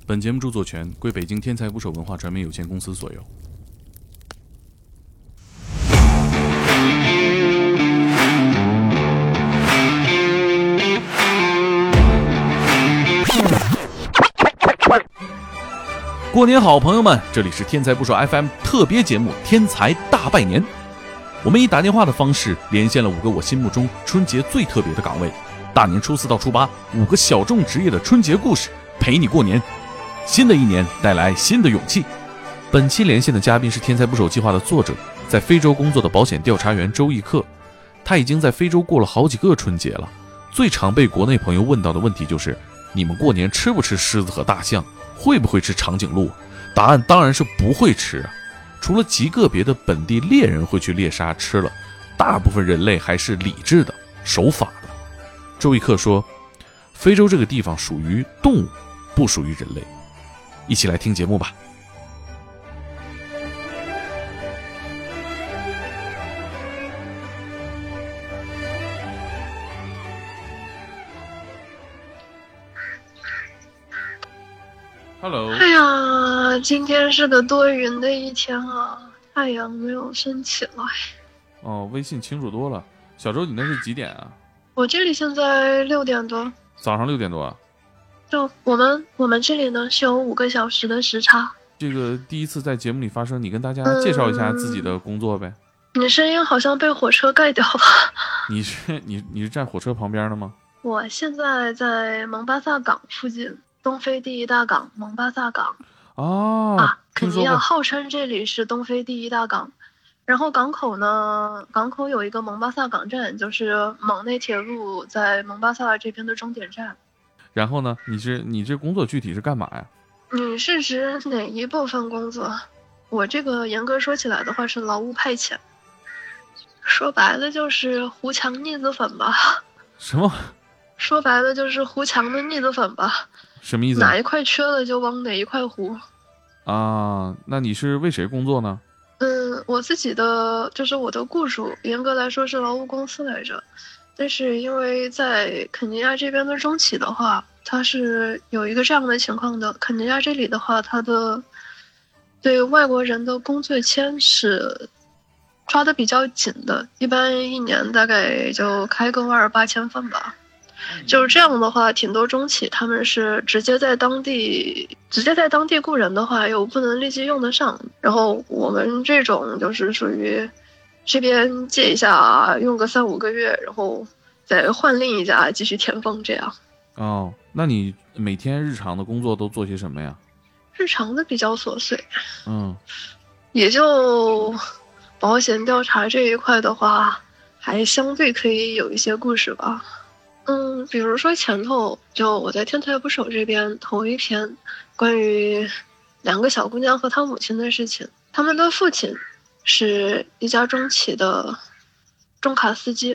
本节目著作权归北京天才捕手文化传媒有限公司所有。过年好，朋友们，这里是天才捕手 FM 特别节目《天才大拜年》。我们以打电话的方式连线了5个我心目中春节最特别的岗位，大年初4到初8，5个小众职业的春节故事，陪你过年。新的一年带来新的勇气。本期连线的嘉宾是天才捕手计划的作者，在非洲工作的保险调查员周义克。他已经在非洲过了好几个春节了，最常被国内朋友问到的问题就是：你们过年吃不吃狮子和大象？会不会吃长颈鹿？答案当然是不会吃啊。除了极个别的本地猎人会去猎杀吃了，大部分人类还是理智的、守法的。周义克说，非洲这个地方属于动物，不属于人类。一起来听节目吧。Hello。 哎呀，今天是个多云的一天啊，太阳没有升起来。 哦，微信清楚多了。小周，你那是几点啊？ 我这里现在6点多。 早上6点多啊？ 就我们这里呢是有5个小时的时差。 这个第一次在节目里发生，你跟大家介绍一下自己的工作呗。 你声音好像被火车盖掉了。 你是站火车旁边的吗？ 我现在在蒙巴萨港附近，东非第一大港蒙巴萨港。肯尼亚号称这里是东非第一大港。然后港口有一个蒙巴萨港站，就是蒙内铁路在蒙巴萨这边的终点站。 然后呢，你这工作具体是干嘛呀？ 你是指哪一部分工作？我这个严格说起来的话是劳务派遣，说白了就是糊墙腻子粉吧。 什么？ 说白了就是糊墙的腻子粉吧。 什么意思？ 哪一块缺了就往哪一块糊。 啊，那你是为谁工作呢？ 我自己的就是我的雇主，严格来说是劳务公司来着。但是因为在肯尼亚这边的中企的话，它是有一个这样的情况的。肯尼亚这里的话，它的对外国人的工作签是抓得比较紧的，一般一年大概就开个128千份吧。就是这样的话，挺多中企他们是直接在当地雇人的话，又不能立即用得上。然后我们这种就是属于这边借一下，用个3-5个月，然后再换另一家继续填缝这样。 哦，那你每天日常的工作都做些什么呀？ 日常的比较琐碎，也就保险调查这一块的话，还相对可以有一些故事吧。比如说前头就我在天才捕手这边投一篇关于2个小姑娘和她母亲的事情。他们的父亲是一家中企的重卡司机，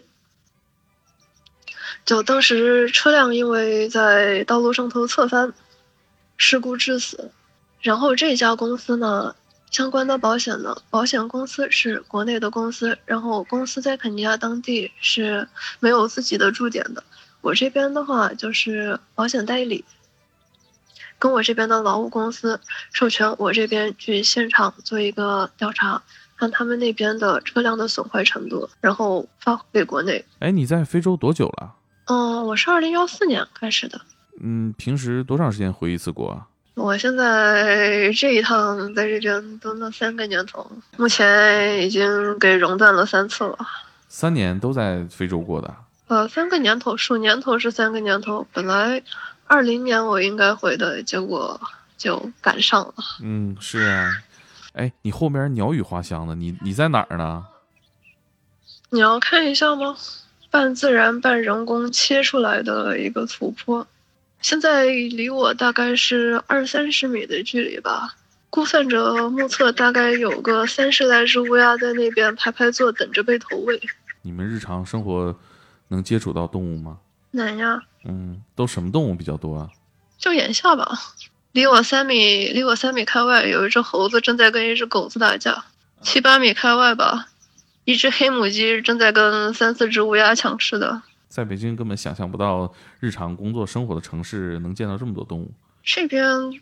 就当时车辆因为在道路上头侧翻事故致死。然后这家公司呢，相关的保险公司是国内的公司，然后公司在肯尼亚当地是没有自己的驻点的。我这边的话就是保险代理，跟我这边的劳务公司授权我这边去现场做一个调查，看他们那边的车辆的损坏程度，然后发回给国内。 你在非洲多久了？ 我是2014年开始的。 平时多长时间回一次国啊？ 我现在这一趟在这边蹲了3个年头，目前已经给熔断了3次了。 3年都在非洲过的 ？3个年头，数年头是3个年头。本来20年我应该回的，结果就赶上了。 是啊。你后边鸟语花香的，你在哪儿呢？ 你要看一下吗？半自然半人工切出来的一个土坡，现在离我大概是20-30米的距离吧。估算着目测大概有个30来只乌鸦在那边排排坐，等着被投喂。你们日常生活能接触到动物吗？ 难呀。 都什么动物比较多啊？ 就眼下吧，离我3米开外有一只猴子正在跟一只狗子打架，7-8米开外吧，一只黑母鸡正在跟3-4只乌鸦抢吃的。 在北京根本想象不到日常工作生活的城市能见到这么多动物。 这边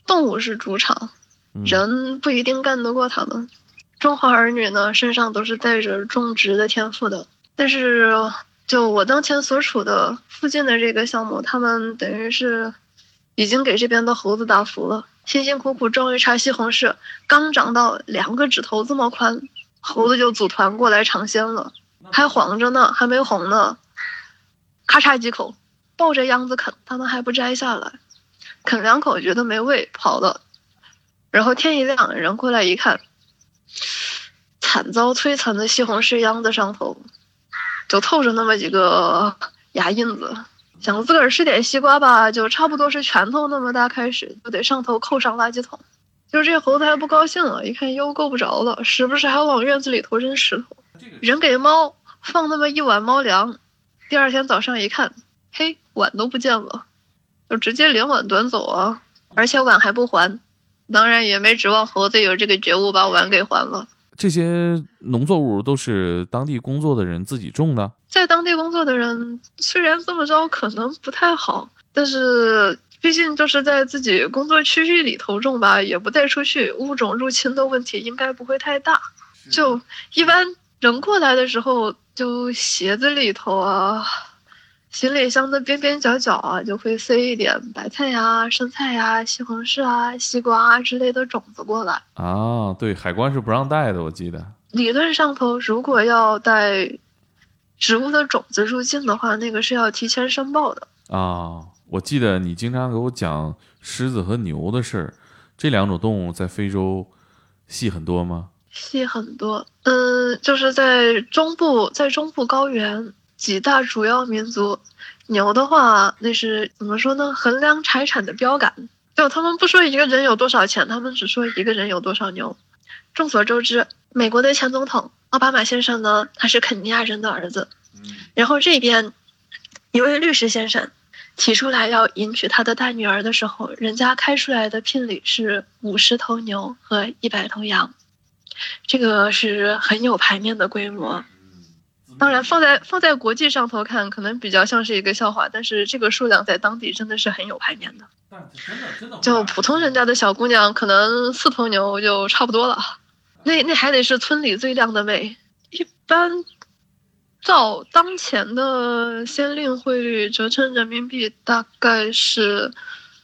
动物是主场，人不一定干得过他们。中华儿女呢，身上都是带着种植的天赋的，但是就我当前所处的附近的这个项目，他们等于是已经给这边的猴子打服了。辛辛苦苦种一茬西红柿，刚长到2个指头这么宽，猴子就组团过来尝鲜了，还黄着呢，还没红呢，咔嚓几口，抱着秧子啃，他们还不摘下来，啃2口觉得没味，跑了。然后天一亮，人过来一看，惨遭摧残的西红柿秧子上头就透着那么几个牙印子，想自个儿吃点西瓜吧，就差不多是拳头那么大开始，就得上头扣上垃圾桶。就这猴子还不高兴了，一看又够不着了，时不时还往院子里头扔石头。人给猫放那么一碗猫粮，第2天早上一看，嘿，碗都不见了，就直接连碗端走啊，而且碗还不还。当然也没指望猴子有这个觉悟把碗给还了。 这些农作物都是当地工作的人自己种的？ 在当地工作的人虽然这么着可能不太好，但是毕竟就是在自己工作区域里头种吧，也不带出去，物种入侵的问题应该不会太大。就一般人过来的时候，就鞋子里头啊，行李箱的边边角角啊，就会塞一点白菜呀、生菜呀、西红柿啊、西瓜啊之类的种子过来啊。对，海关是不让带的，我记得。 理论上头，如果要带植物的种子入境的话，那个是要提前申报的啊。我记得你经常给我讲狮子和牛的事儿，这2种动物在非洲细很多吗？ 细很多，就是在中部高原几大主要民族，牛的话，那是怎么说呢？衡量财产的标杆。就他们不说一个人有多少钱，他们只说一个人有多少牛。众所周知，美国的前总统奥巴马先生呢，他是肯尼亚人的儿子。然后这边一位律师先生提出来要迎娶他的大女儿的时候，人家开出来的聘礼是50头牛和100头羊，这个是很有排面的规模。当然放在国际上头看，可能比较像是一个笑话，但是这个数量在当地真的是很有排面的。就普通人家的小姑娘，可能4头牛就差不多了。那还得是村里最靓的妹。一般照当前的先令汇率折成人民币，大概是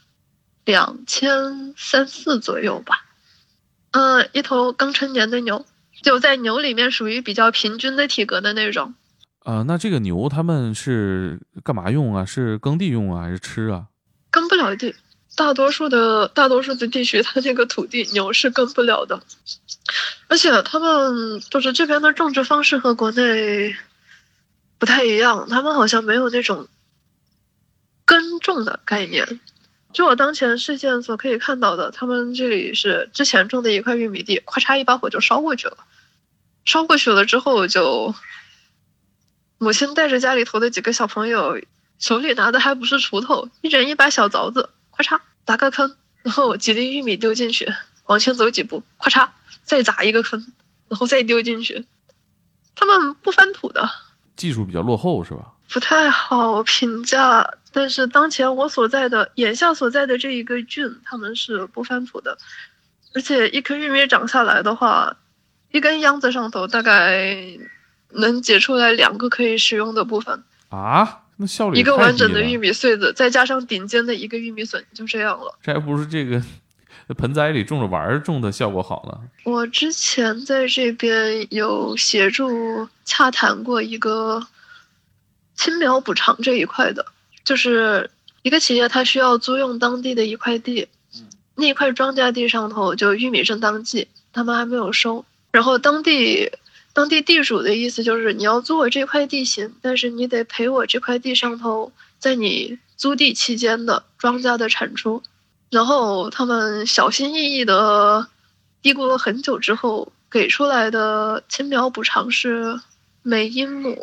2300-2400左右吧。一头刚成年的牛，就在牛里面属于比较平均的体格的那种。 那这个牛他们是干嘛用啊？是耕地用啊，还是吃啊？ 耕不了地，大多数的地区，它这个土地牛是耕不了的。而且他们就是这边的种植方式和国内不太一样，他们好像没有那种耕种的概念。就我当前事件所可以看到的，他们这里是之前种的一块玉米地，咔嚓一把火就烧过去了。烧过去了之后，就母亲带着家里头的几个小朋友，手里拿的还不是锄头，一人一把小凿子，咔嚓砸个坑，然后几粒玉米丢进去，往前走几步，咔嚓再砸一个坑，然后再丢进去。他们不翻土的， 技术比较落后是吧？ 不太好评价。但是当前眼下所在的这一个郡，他们是不翻土的。而且一颗玉米长下来的话，一根秧子上头大概能结出来2个可以食用的部分啊，那效率一个完整的玉米穗子，再加上顶尖的一个玉米笋，就这样了。 这还不是这个盆栽里种着玩种的效果好呢。 我之前在这边有协助洽谈过一个青苗补偿这一块的，就是一个企业它需要租用当地的一块地，那块庄稼地上头就玉米正当季，他们还没有收。然后当地地主的意思就是你要租我这块地行，但是你得赔我这块地上头在你租地期间的庄稼的产出。然后他们小心翼翼的嘀咕了很久之后，给出来的青苗补偿是每英亩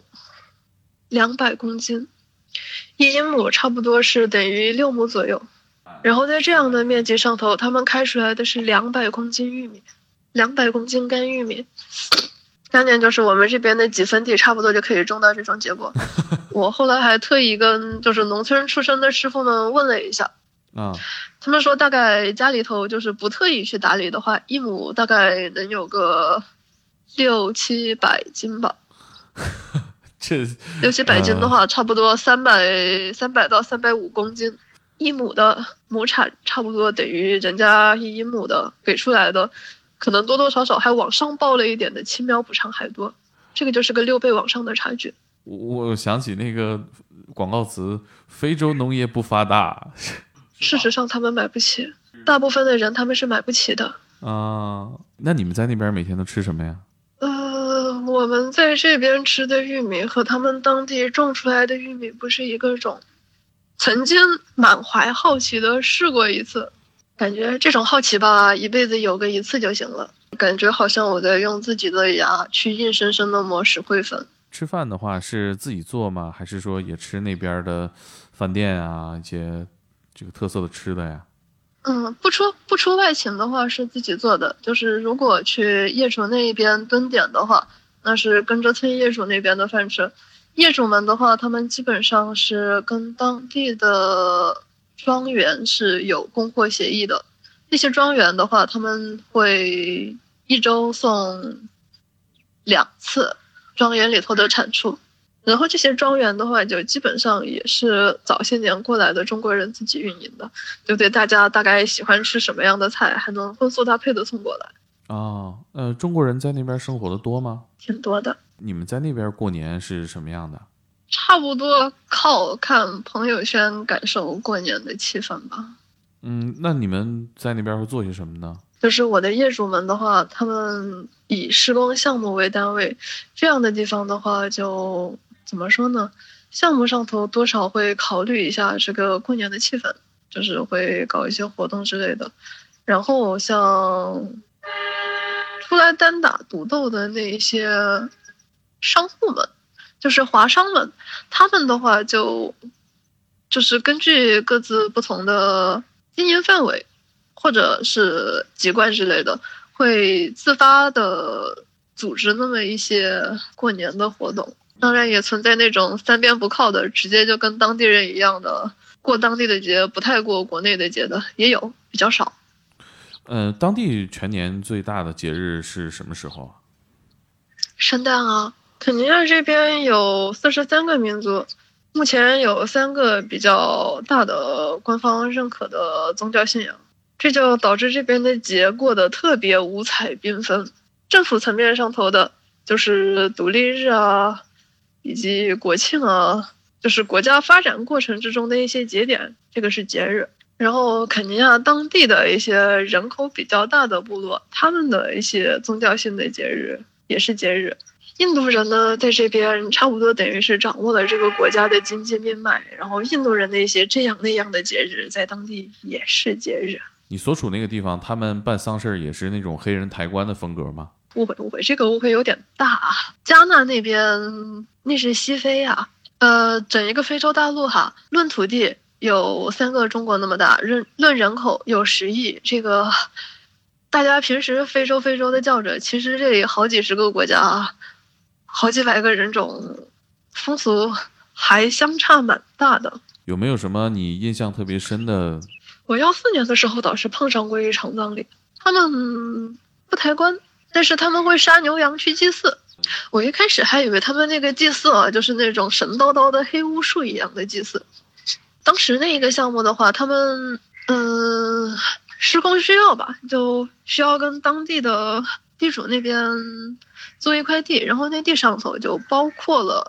200公斤，一英亩差不多是等于6亩左右。然后在这样的面积上头，他们开出来的是200公斤玉米，200公斤干玉米。概念就是我们这边的几分地差不多就可以种到这种结果。我后来还特意跟就是农村出身的师傅们问了一下， 他们说大概家里头就是不特意去打理的话，一亩大概能有个600-700斤吧。 这 600-700斤的话，差不多300到350公斤。一亩的亩产差不多等于人家一亩的给出来的，可能多多少少还往上报了一点的青苗补偿还多，这个就是个6倍往上的差距。 我想起那个广告词，非洲农业不发达。 事实上他们买不起，大部分的人他们是买不起的。 那你们在那边每天都吃什么呀？ 我们在这边吃的玉米和他们当地种出来的玉米不是一个种。曾经满怀好奇的试过一次，感觉这种好奇吧，一辈子有个一次就行了。感觉好像我在用自己的牙去硬生生的磨石灰粉。 吃饭的话是自己做吗？还是说也吃那边的饭店啊，一些这个特色的吃的呀？ 不出外勤的话是自己做的，就是如果去业主那一边蹲点的话，那是跟着村业主那边的饭吃。业主们的话，他们基本上是跟当地的庄园是有供货协议的。那些庄园的话，他们会1周送2次庄园里头的产出。然后这些庄园的话，就基本上也是早些年过来的中国人自己运营的，就对大家大概喜欢吃什么样的菜，还能荤素搭配的送过来。 中国人在那边生活的多吗？ 挺多的。 你们在那边过年是什么样的？ 差不多靠看朋友圈感受过年的气氛吧。 那你们在那边会做些什么呢？ 就是我的业主们的话，他们以施工项目为单位，这样的地方的话就怎么说呢？项目上头多少会考虑一下这个过年的气氛，就是会搞一些活动之类的。然后像出来单打独斗的那一些商户们，就是华商们，他们的话就是根据各自不同的经营范围或者是籍贯之类的，会自发的组织那么一些过年的活动。当然也存在那种三边不靠的，直接就跟当地人一样的过当地的节，不太过国内的节的也有，比较少。 当地全年最大的节日是什么时候啊？ 圣诞啊，肯尼亚这边有43个民族，目前有3个比较大的官方认可的宗教信仰，这就导致这边的节过得特别五彩缤纷。政府层面上头的就是独立日啊，以及国庆啊，就是国家发展过程之中的一些节点，这个是节日。然后肯尼亚当地的一些人口比较大的部落，他们的一些宗教性的节日也是节日。印度人呢，在这边差不多等于是掌握了这个国家的经济命脉，然后印度人的一些这样那样的节日，在当地也是节日。 你所处那个地方，他们办丧事也是那种黑人抬棺的风格吗？ 误会，这个误会有点大啊。加纳那边那是西非啊，整一个非洲大陆哈，论土地有3个中国那么大，论人口有10亿，这个大家平时非洲的叫着，其实这里好几十个国家，好几百个人种，风俗还相差蛮大的。 有没有什么你印象特别深的？ 我14年的时候倒是碰上过一场葬礼，他们不抬棺，但是他们会杀牛羊去祭祀。我一开始还以为他们那个祭祀啊，就是那种神叨叨的黑巫术一样的祭祀。当时那一个项目的话，他们施工需要吧，就需要跟当地的地主那边租一块地，然后那地上头就包括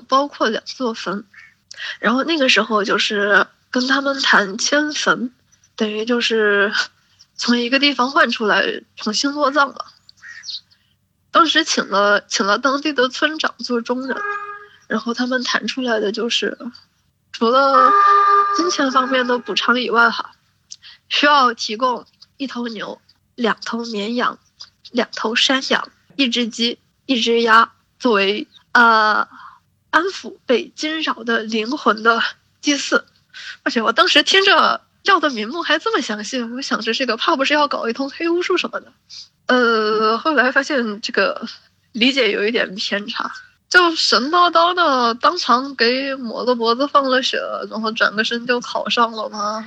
2座坟，然后那个时候就是跟他们谈迁坟，等于就是从一个地方换出来重新落葬了。当时请了当地的村长做中人，然后他们谈出来的就是除了金钱方面的补偿以外哈，需要提供1头牛、2头绵羊、2头山羊、1只鸡、1只鸭，作为安抚被惊扰的灵魂的祭祀。而且我当时听着要的名目还这么详细，我想着这个怕不是要搞一通黑巫术什么的。后来发现这个理解有一点偏差，就神叨叨的当场给抹了脖子放了血，然后转个身就考上了吗？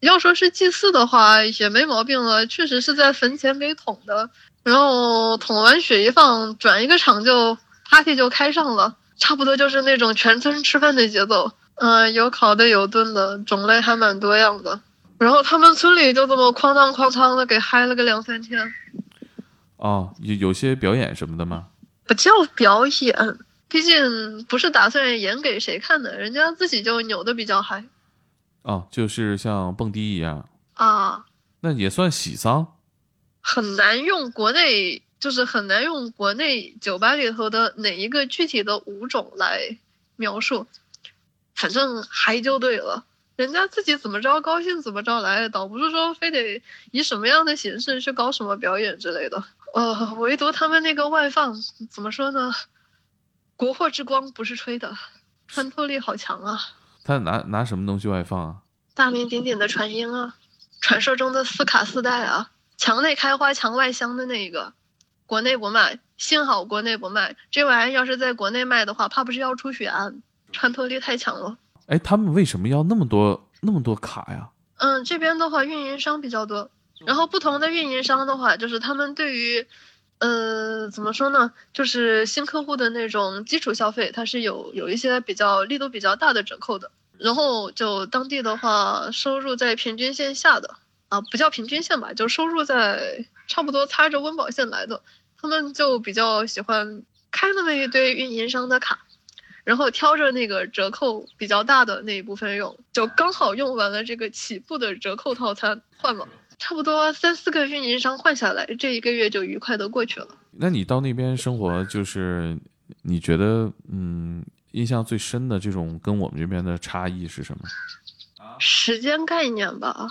要说是祭祀的话也没毛病了，确实是在坟前给捅的，然后捅完血一放，转一个场就 party 就开上了，差不多就是那种全村吃饭的节奏。有烤的有炖的，种类还蛮多样的。然后他们村里就这么哐当哐当的给嗨了个2-3天。 哦，有些表演什么的吗？ 不叫表演，毕竟不是打算演给谁看的，人家自己就扭的比较嗨。 哦，就是像蹦迪一样啊， 那也算喜丧？ 很难用国内，就是很难用国内酒吧里头的哪一个具体的舞种来描述。反正嗨就对了，人家自己怎么着高兴怎么着来，倒不是说非得以什么样的形式去搞什么表演之类的。唯独他们那个外放，怎么说呢？国货之光不是吹的，穿透力好强啊！ 他拿什么东西外放啊？ 大名鼎鼎的传音啊，传说中的斯卡四代啊，墙内开花墙外香的那一个，国内不卖，幸好国内不卖。这玩意要是在国内卖的话，怕不是要出血案？穿透力太强了。 哎，他们为什么要那么多卡呀？ 这边的话运营商比较多，然后不同的运营商的话，就是他们对于怎么说呢，就是新客户的那种基础消费，它是有一些比较力度比较大的折扣的。然后就当地的话，收入在平均线下的啊，不叫平均线吧，就收入在差不多擦着温饱线来的，他们就比较喜欢开那么一堆运营商的卡。然后挑着那个折扣比较大的那一部分用，就刚好用完了这个起步的折扣套餐换了，差不多3-4个运营商换下来，这一个月就愉快的过去了。 那你到那边生活，就是你觉得印象最深的这种跟我们这边的差异是什么？ 时间概念吧，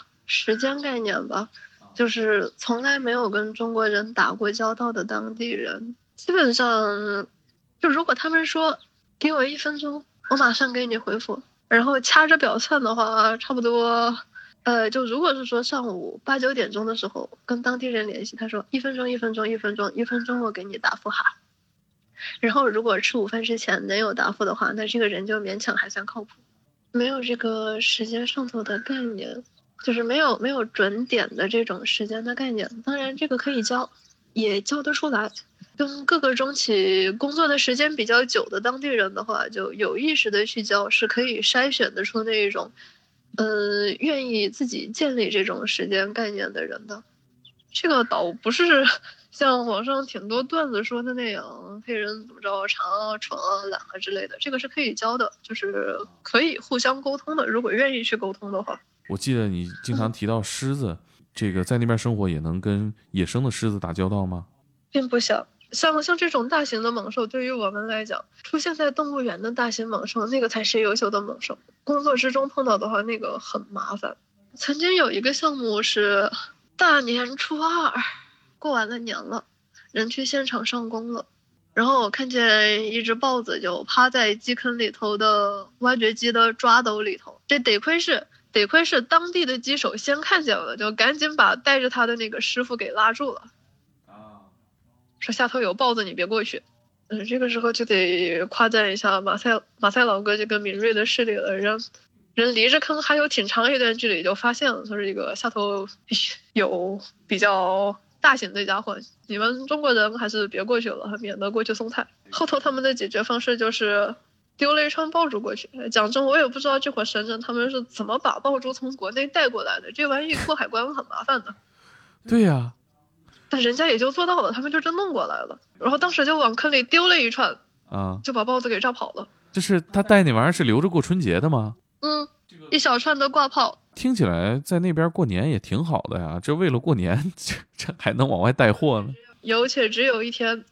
就是从来没有跟中国人打过交道的当地人，基本上就如果他们说给我1分钟，我马上给你回复。然后掐着表算的话，差不多，就如果是说上午8-9点钟的时候跟当地人联系，他说1分钟，1分钟我给你答复哈。然后如果吃午饭之前能有答复的话，那这个人就勉强还算靠谱。没有这个时间上头的概念，就是没有准点的这种时间的概念。当然这个可以教，也教得出来。跟各个中企工作的时间比较久的当地人的话，就有意识的去教，是可以筛选得出那种愿意自己建立这种时间概念的人的。这个倒不是像网上挺多段子说的那样，黑人怎么着长啊、蠢啊、懒啊之类的，这个是可以教的，就是可以互相沟通的，如果愿意去沟通的话。 我记得你经常提到狮子，这个在那边生活也能跟野生的狮子打交道吗？ 并不小。像这种大型的猛兽，对于我们来讲，出现在动物园的大型猛兽，那个才是优秀的猛兽。工作之中碰到的话，那个很麻烦。曾经有一个项目是大年初2，过完了年了，人去现场上工了，然后我看见一只豹子就趴在鸡坑里头的挖掘机的抓斗里头，这得亏是当地的鸡手先看见了，就赶紧把带着他的那个师傅给拉住了。说下头有豹子，你别过去。这个时候就得夸赞一下马赛老哥这个敏锐的视力了，人离着坑还有挺长一段距离就发现了，说这个下头有比较大型的家伙，你们中国人还是别过去了，免得过去送菜。后头他们的解决方式就是丢了一串爆珠过去。讲真，我也不知道这伙神人他们是怎么把爆珠从国内带过来的，这玩意过海关很麻烦的。 对呀。 但人家也就做到了，他们就真弄过来了，然后当时就往坑里丢了一串，就把豹子给炸跑了。 就是他带那玩意儿是留着过春节的吗？ 一小串的挂炮。听起来在那边过年也挺好的呀，这为了过年，这还能往外带货呢？ 有且只有一天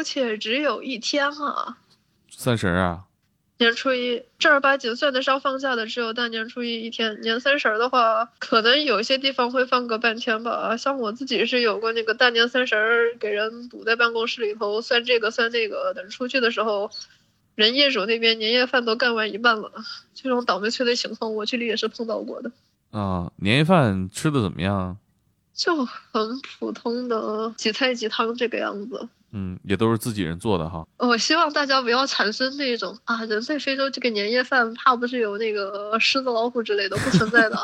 啊！30 啊？ 年初一，正儿八经算得上放假的只有大年初一一天。年30的话，可能有些地方会放个半天吧。像我自己是有过那个大年30给人堵在办公室里头，算这个算那个，等出去的时候，人业主那边年夜饭都干完一半了。这种倒霉催的情况，我这里也是碰到过的。 年夜饭吃的怎么样？ 就很普通的几菜几汤这个样子。 也都是自己人做的哈。 我希望大家不要产生那种人在非洲这个年夜饭怕不是有那个狮子老虎之类的，不存在的啊。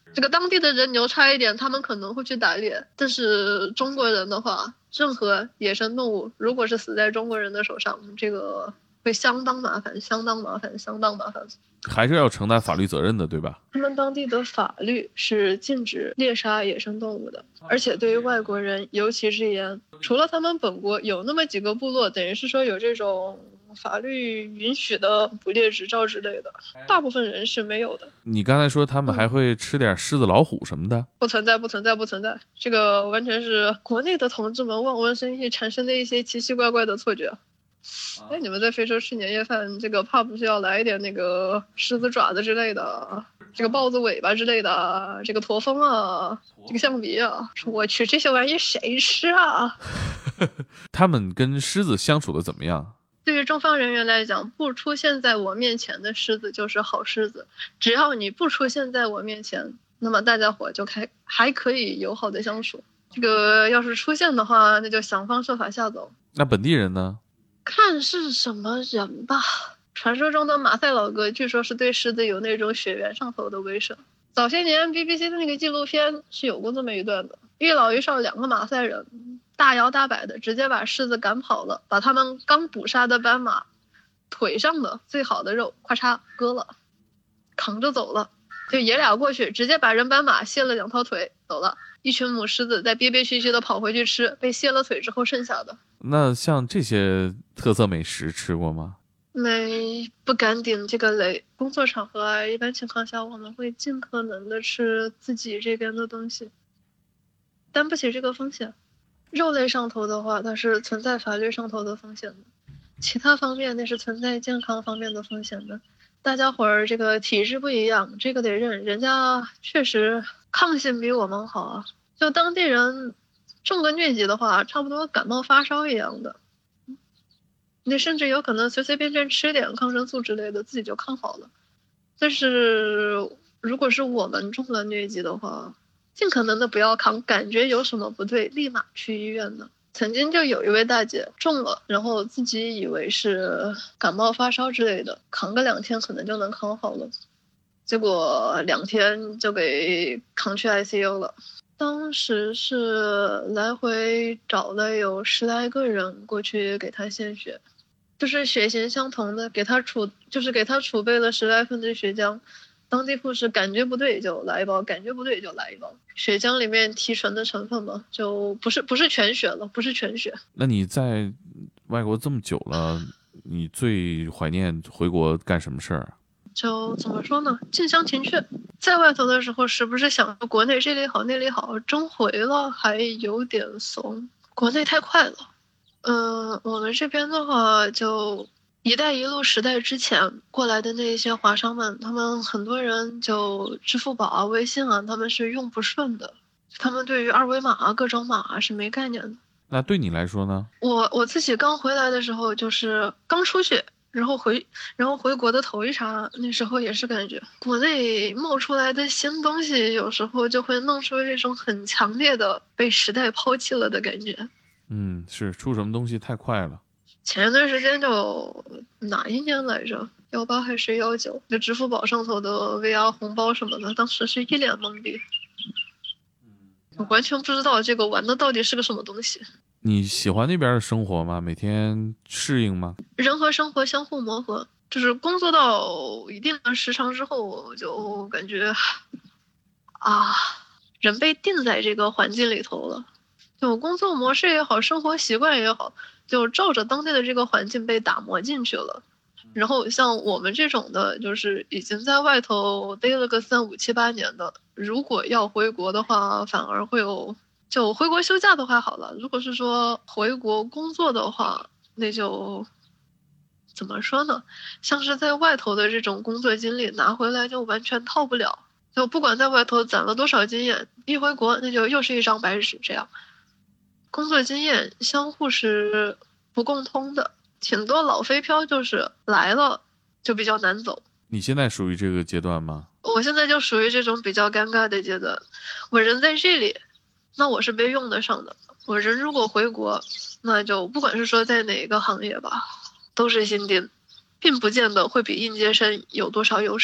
这个当地的人牛差一点，他们可能会去打猎，但是中国人的话，任何野生动物如果是死在中国人的手上，这个会相当麻烦，相当麻烦，相当麻烦。 还是要承担法律责任的，对吧？ 他们当地的法律是禁止猎杀野生动物的，而且对于外国人尤其是严。除了他们本国有那么几个部落，等于是说有这种法律允许的捕猎执照之类的，大部分人是没有的。 你刚才说他们还会吃点狮子、老虎什么的？ 不存在，不存在，不存在。这个完全是国内的同志们望文生义产生的一些奇奇怪怪的错觉。哎，你们在非洲吃年夜饭，这个怕不是要来一点那个狮子爪子之类的，这个豹子尾巴之类的，这个驼峰啊，这个象鼻啊，我去，这些玩意谁吃啊？ 他们跟狮子相处的怎么样？ 对于中方人员来讲，不出现在我面前的狮子就是好狮子，只要你不出现在我面前，那么大家伙就还可以友好的相处。这个要是出现的话，那就想方设法吓走。 那本地人呢？ 看是什么人吧。传说中的马赛老哥，据说是对狮子有那种血缘上头的威慑。早些年 BBC 的那个纪录片是有过这么一段的，一老一少两个马赛人，大摇大摆的直接把狮子赶跑了，把他们刚捕杀的斑马腿上的最好的肉咔嚓割了，扛着走了。就爷俩过去直接把人斑马卸了2条腿走了，一群母狮子在憋憋屈屈的跑回去吃被卸了腿之后剩下的。 那像这些特色美食吃过吗？ 不敢顶这个雷。工作场合啊，一般情况下我们会尽可能的吃自己这边的东西，担不起这个风险。肉类上头的话，它是存在法律上头的风险的，其他方面那是存在健康方面的风险的。大家伙儿这个体质不一样，这个得认，人家确实抗性比我们好啊。就当地人中个疟疾的话，差不多感冒发烧一样的，你甚至有可能随随便便吃点抗生素之类的，自己就康好了。但是如果是我们中了疟疾的话，尽可能的不要扛，感觉有什么不对，立马去医院的。曾经就有一位大姐中了，然后自己以为是感冒发烧之类的，扛个2天可能就能康好了，结果2天就给扛去 ICU 了。当时是来回找了有10来个人过去给他献血，就是血型相同的，给他储备了10来份的血浆。当地护士感觉不对就来一包，感觉不对就来一包。血浆里面提纯的成分嘛，就不是全血了，不是全血。 那你在外国这么久了，你最怀念回国干什么事儿？ 就怎么说呢，近乡情怯。在外头的时候时不时想国内这里好那里好，真回了还有点怂，国内太快了。我们这边的话，就一带一路时代之前过来的那些华商们，他们很多人就支付宝啊、微信啊，他们是用不顺的，他们对于二维码啊、各种码啊是没概念的。 那对你来说呢？ 我自己刚回来的时候，就是刚出去，然后回国的头一茬，那时候也是感觉国内冒出来的新东西，有时候就会弄出这种很强烈的被时代抛弃了的感觉。 是出什么东西太快了。 前一段时间就哪一年来着，18还是19，就支付宝上头的 VR 红包什么的，当时是一脸懵逼，我完全不知道这个玩的到底是个什么东西。 你喜欢那边的生活吗？每天适应吗？ 人和生活相互磨合，就是工作到一定的时长之后，我就感觉人被定在这个环境里头了，就工作模式也好，生活习惯也好，就照着当地的这个环境被打磨进去了。然后像我们这种的，就是已经在外头待了个3、5、7、8年的，如果要回国的话，反而会就回国休假的话好了，如果是说回国工作的话，那就怎么说呢，像是在外头的这种工作经历拿回来就完全套不了，就不管在外头攒了多少经验，一回国那就又是一张白纸。这样工作经验相互是不共通的，挺多老飞漂就是来了就比较难走。 你现在属于这个阶段吗？ 我现在就属于这种比较尴尬的阶段，我人在这里，那我是被用得上的。我人如果回国，那就不管是说在哪个行业吧，都是新丁，并不见得会比应届生有多少优势。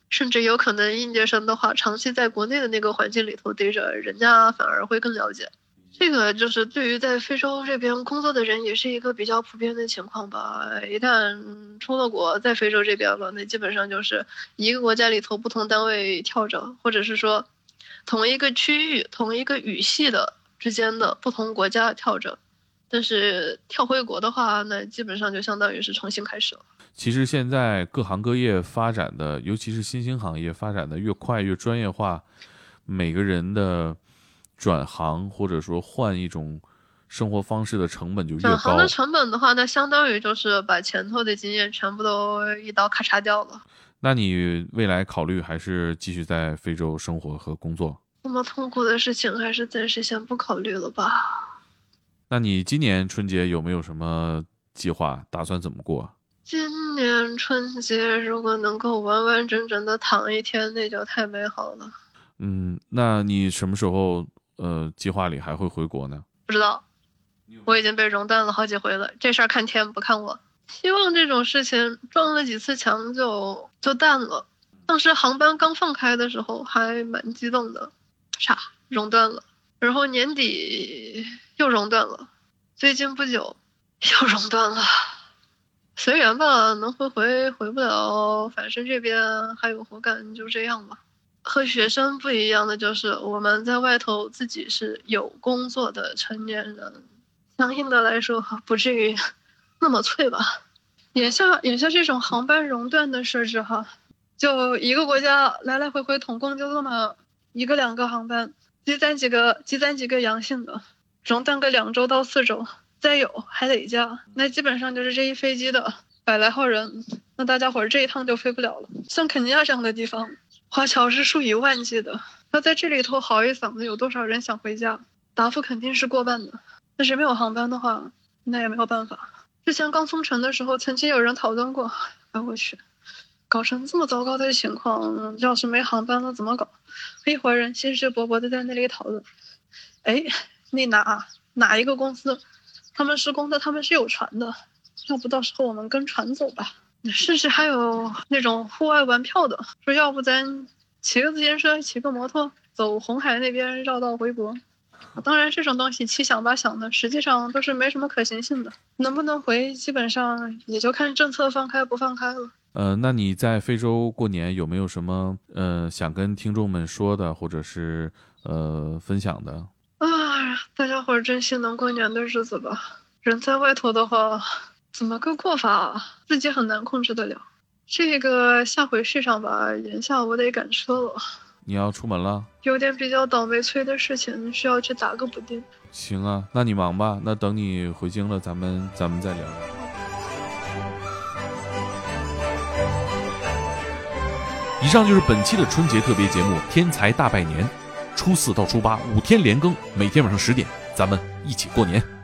甚至有可能应届生的话，长期在国内的那个环境里头待着，人家反而会更了解。这个就是对于在非洲这边工作的人，也是一个比较普遍的情况吧。一旦出了国，在非洲这边吧，那基本上就是一个国家里头不同单位跳着，或者是说同一个区域、同一个语系的之间的不同国家跳着。但是跳回国的话，那基本上就相当于是重新开始了。 其实现在各行各业发展的，尤其是新兴行业发展的越快越专业化，每个人的转行或者说换一种生活方式的成本就越高。 转行的成本的话，那相当于就是把前头的经验全部都一刀咔嚓掉了。 那你未来考虑还是继续在非洲生活和工作？ 那么痛苦的事情还是暂时先不考虑了吧。 那你今年春节有没有什么计划？打算怎么过？ 今年春节如果能够完完整整的躺一天，那就太美好了。 那你什么时候计划里还会回国呢？ 不知道，我已经被熔断了好几回了，这事儿看天不看我。希望这种事情撞了几次墙就淡了。当时航班刚放开的时候还蛮激动的，熔断了，然后年底又熔断了，最近不久又熔断了。随缘吧，能回不了，反正这边还有活干，就这样吧。和学生不一样的就是我们在外头自己是有工作的成年人，相应的来说不至于那么脆吧。眼下这种航班熔断的设置就一个国家来来回回统共就这么1个2个航班，积攒几个阳性的，熔断个2周到4周。再有还得加，那基本上就是这一飞机的100来号人，那大家伙这一趟就飞不了了。像肯尼亚这样的地方，华侨是数以万计的，那在这里头嚎一嗓子，有多少人想回家？答复肯定是过半的。但是没有航班的话，那也没有办法。之前刚封城的时候，曾经有人讨论过，我去，搞成这么糟糕的情况，要是没航班了怎么搞？一伙人兴致勃勃的在那里讨论。那哪一个公司？他们施工的，他们是有船的，要不到时候我们跟船走吧。甚至还有那种户外玩票的，说要不咱骑个自行车，骑个摩托，走红海那边绕道回国。当然这种东西七想八想的，实际上都是没什么可行性的，能不能回基本上也就看政策放开不放开了。 那你在非洲过年有没有什么想跟听众们说的，或者是分享的？ 大家伙珍惜能过年的日子吧。人在外头的话，怎么个过法，自己很难控制得了。这个下回续上吧，眼下我得赶车了。 你要出门了？ 有点比较倒霉催的事情，需要去打个补丁。 行啊，那你忙吧。那等你回京了，咱们再聊。以上就是本期的春节特别节目《天才大拜年》，初4到初85天连更，每天晚上10点，咱们一起过年。